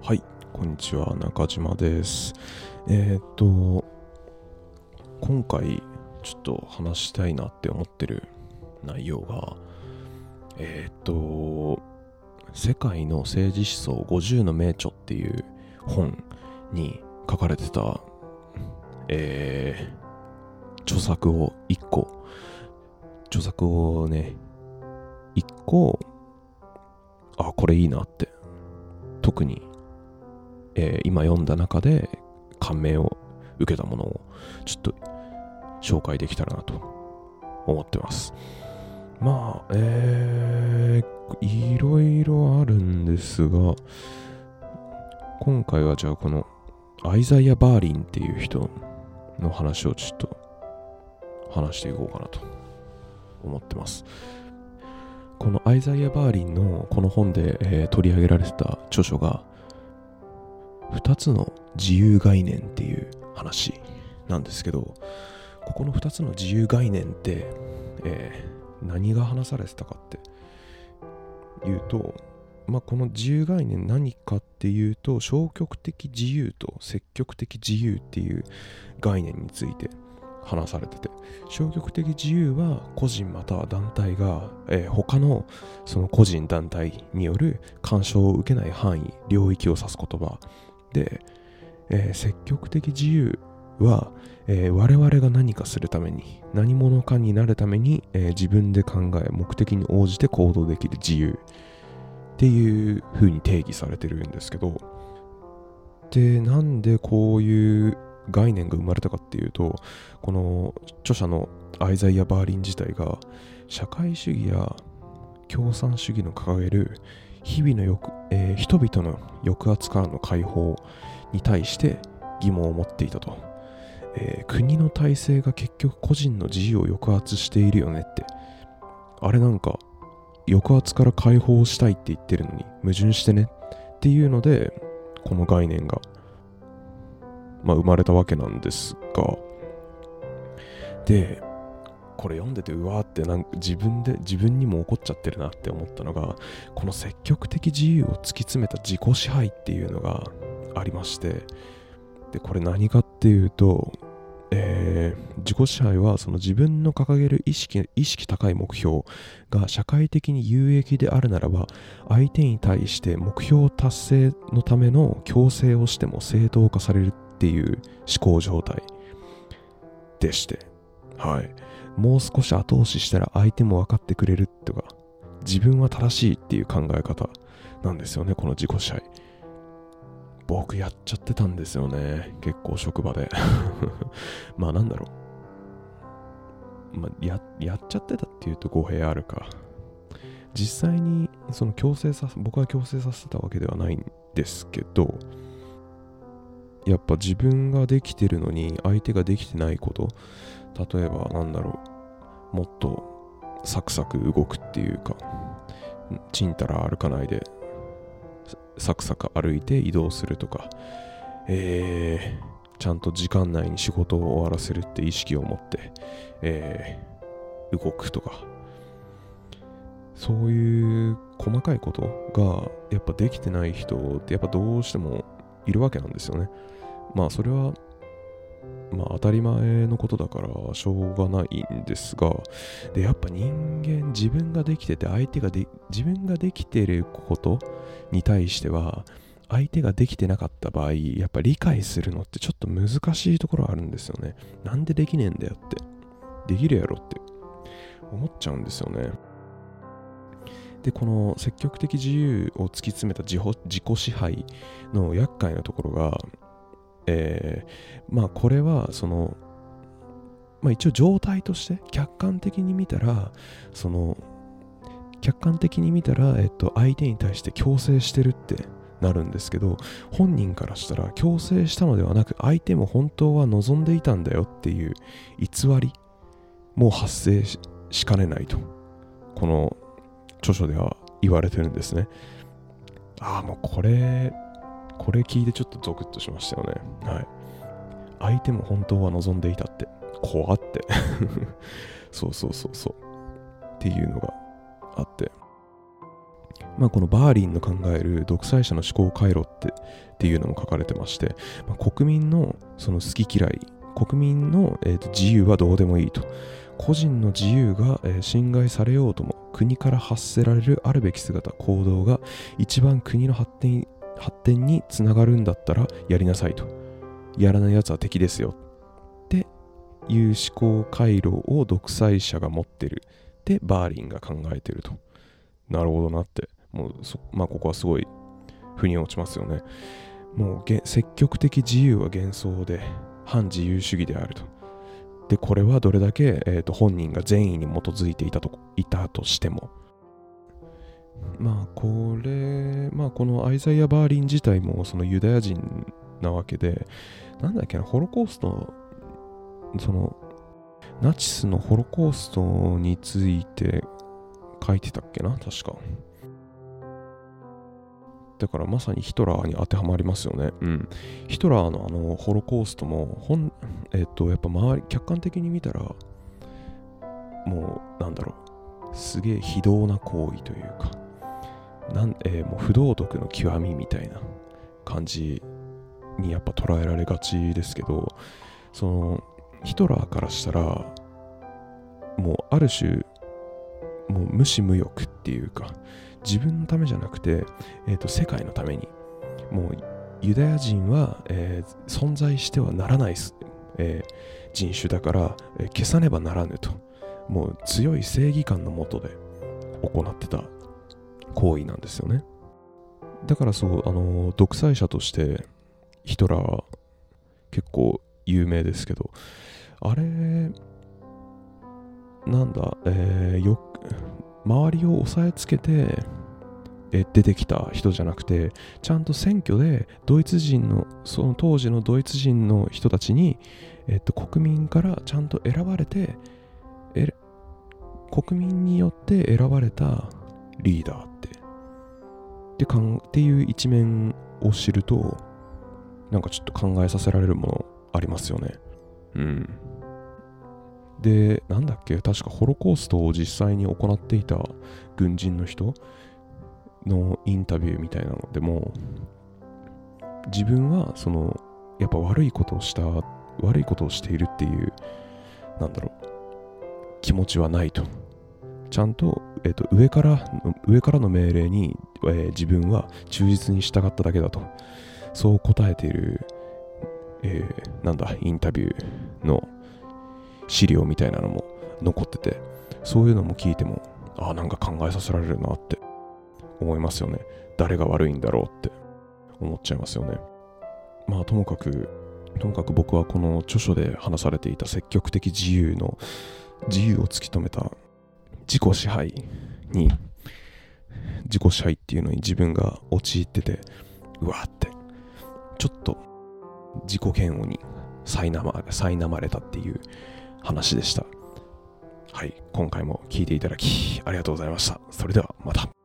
はい、こんにちは、中島です。今回ちょっと話したいなって思ってる内容が、世界の政治思想50の名著っていう本に書かれてた、著作を1個、これいいなって、特に今読んだ中で感銘を受けたものをちょっと紹介できたらなと思ってます。いろいろあるんですが、今回はじゃあこのアイザイア・バーリンっていう人の話をちょっと話していこうかなと思ってます。このアイザイア・バーリンのこの本で、取り上げられてた著書が2つの自由概念っていう話なんですけど、ここの2つの自由概念って、何が話されてたかっていうと、この自由概念何かっていうと、消極的自由と積極的自由っていう概念について話されてて、消極的自由は個人または団体が、他のその個人団体による干渉を受けない範囲、領域を指す言葉で、積極的自由は、我々が何かするために、何者かになるために、自分で考え目的に応じて行動できる自由っていう風に定義されてるんですけど、でなんでこういう概念が生まれたかっていうと、この著者のアイザイア・バーリン自体が社会主義や共産主義の掲げる人々の抑圧からの解放に対して疑問を持っていたと。国の体制が結局個人の自由を抑圧しているよねって、あれなんか抑圧から解放したいって言ってるのに矛盾してねっていうので、この概念が生まれたわけなんですが、でこれ読んでてうわーって自分にも怒っちゃってるなって思ったのが、この積極的自由を突き詰めた自己支配っていうのがありまして、でこれ何かっていうと、自己支配はその自分の掲げる意識高い目標が社会的に有益であるならば、相手に対して目標達成のための強制をしても正当化されるっていう思考状態でして、はい、もう少し後押ししたら相手も分かってくれるとか、自分は正しいっていう考え方なんですよね、この自己支配。僕やっちゃってたんですよね、結構職場でやっちゃってたっていうと語弊あるか。実際にその僕は強制させたわけではないんですけど、やっぱ自分ができてるのに相手ができてないこと、例えばもっとサクサク動くっていうか、ちんたら歩かないでサクサク歩いて移動するとか、ちゃんと時間内に仕事を終わらせるって意識を持って、動くとか、そういう細かいことがやっぱできてない人ってやっぱどうしてもいるわけなんですよね。それは当たり前のことだからしょうがないんですが、でやっぱ人間、自分ができてて自分ができてることに対しては相手ができてなかった場合、やっぱ理解するのってちょっと難しいところあるんですよね。なんでできねえんだよって、できるやろって思っちゃうんですよね。でこの積極的自由を突き詰めた自己支配の厄介なところが、これは一応状態として客観的に見たら相手に対して強制してるってなるんですけど、本人からしたら強制したのではなく、相手も本当は望んでいたんだよっていう偽りも発生 しかねないと、この著書では言われてるんですね。もうこれ聞いてちょっとゾクッとしましたよね。はい。相手も本当は望んでいたって、怖ってそうっていうのがあって、 このバーリンの考える独裁者の思考回路っていうのも書かれてまして、国民のその好き嫌い、国民の、自由はどうでもいいと。個人の自由が、侵害されようとも国から発せられるあるべき姿、行動が一番国の発展につながるんだったらやりなさいと。やらないやつは敵ですよっていう思考回路を独裁者が持ってるってバーリンが考えてると。なるほどなって。もうここはすごい腑に落ちますよね。もう積極的自由は幻想で反自由主義であると。でこれはどれだけ、本人が善意に基づいていたとしても、このアイザイア・バーリン自体もそのユダヤ人なわけで、なんだっけな、ホロコースト、そのナチスのホロコーストについて書いてたっけな、確か。だからまさにヒトラーに当てはまりますよね。ヒトラーのホロコーストもやっぱ周り客観的に見たらもうすげえ非道な行為というかもう不道徳の極みみたいな感じにやっぱ捉えられがちですけど、そのヒトラーからしたらもうある種もう無私無欲っていうか、自分のためじゃなくて、世界のためにもうユダヤ人は、存在してはならない、人種だから、消さねばならぬと、もう強い正義感のもとで行ってた行為なんですよね。だから独裁者としてヒトラー結構有名ですけど、あれ周りを押さえつけて出てきた人じゃなくて、ちゃんと選挙でその当時のドイツ人の人たちに、国民からちゃんと選ばれて、国民によって選ばれたリーダーっていう一面を知ると、ちょっと考えさせられるものありますよね。で、確かホロコーストを実際に行っていた軍人の人のインタビューみたいなのでも、自分はやっぱ悪いことをしているっていう気持ちはないと。ちゃんと、上からの命令に、自分は忠実に従っただけだと、そう答えている、インタビューの資料みたいなのも残ってて、そういうのも聞いても考えさせられるなって思いますよね。誰が悪いんだろうって思っちゃいますよね。ともかく僕はこの著書で話されていた積極的自由を突き止めた自己支配っていうのに自分が陥ってて、うわーってちょっと自己嫌悪に苛まれたっていう話でした。はい、今回も聞いていただきありがとうございました。それではまた。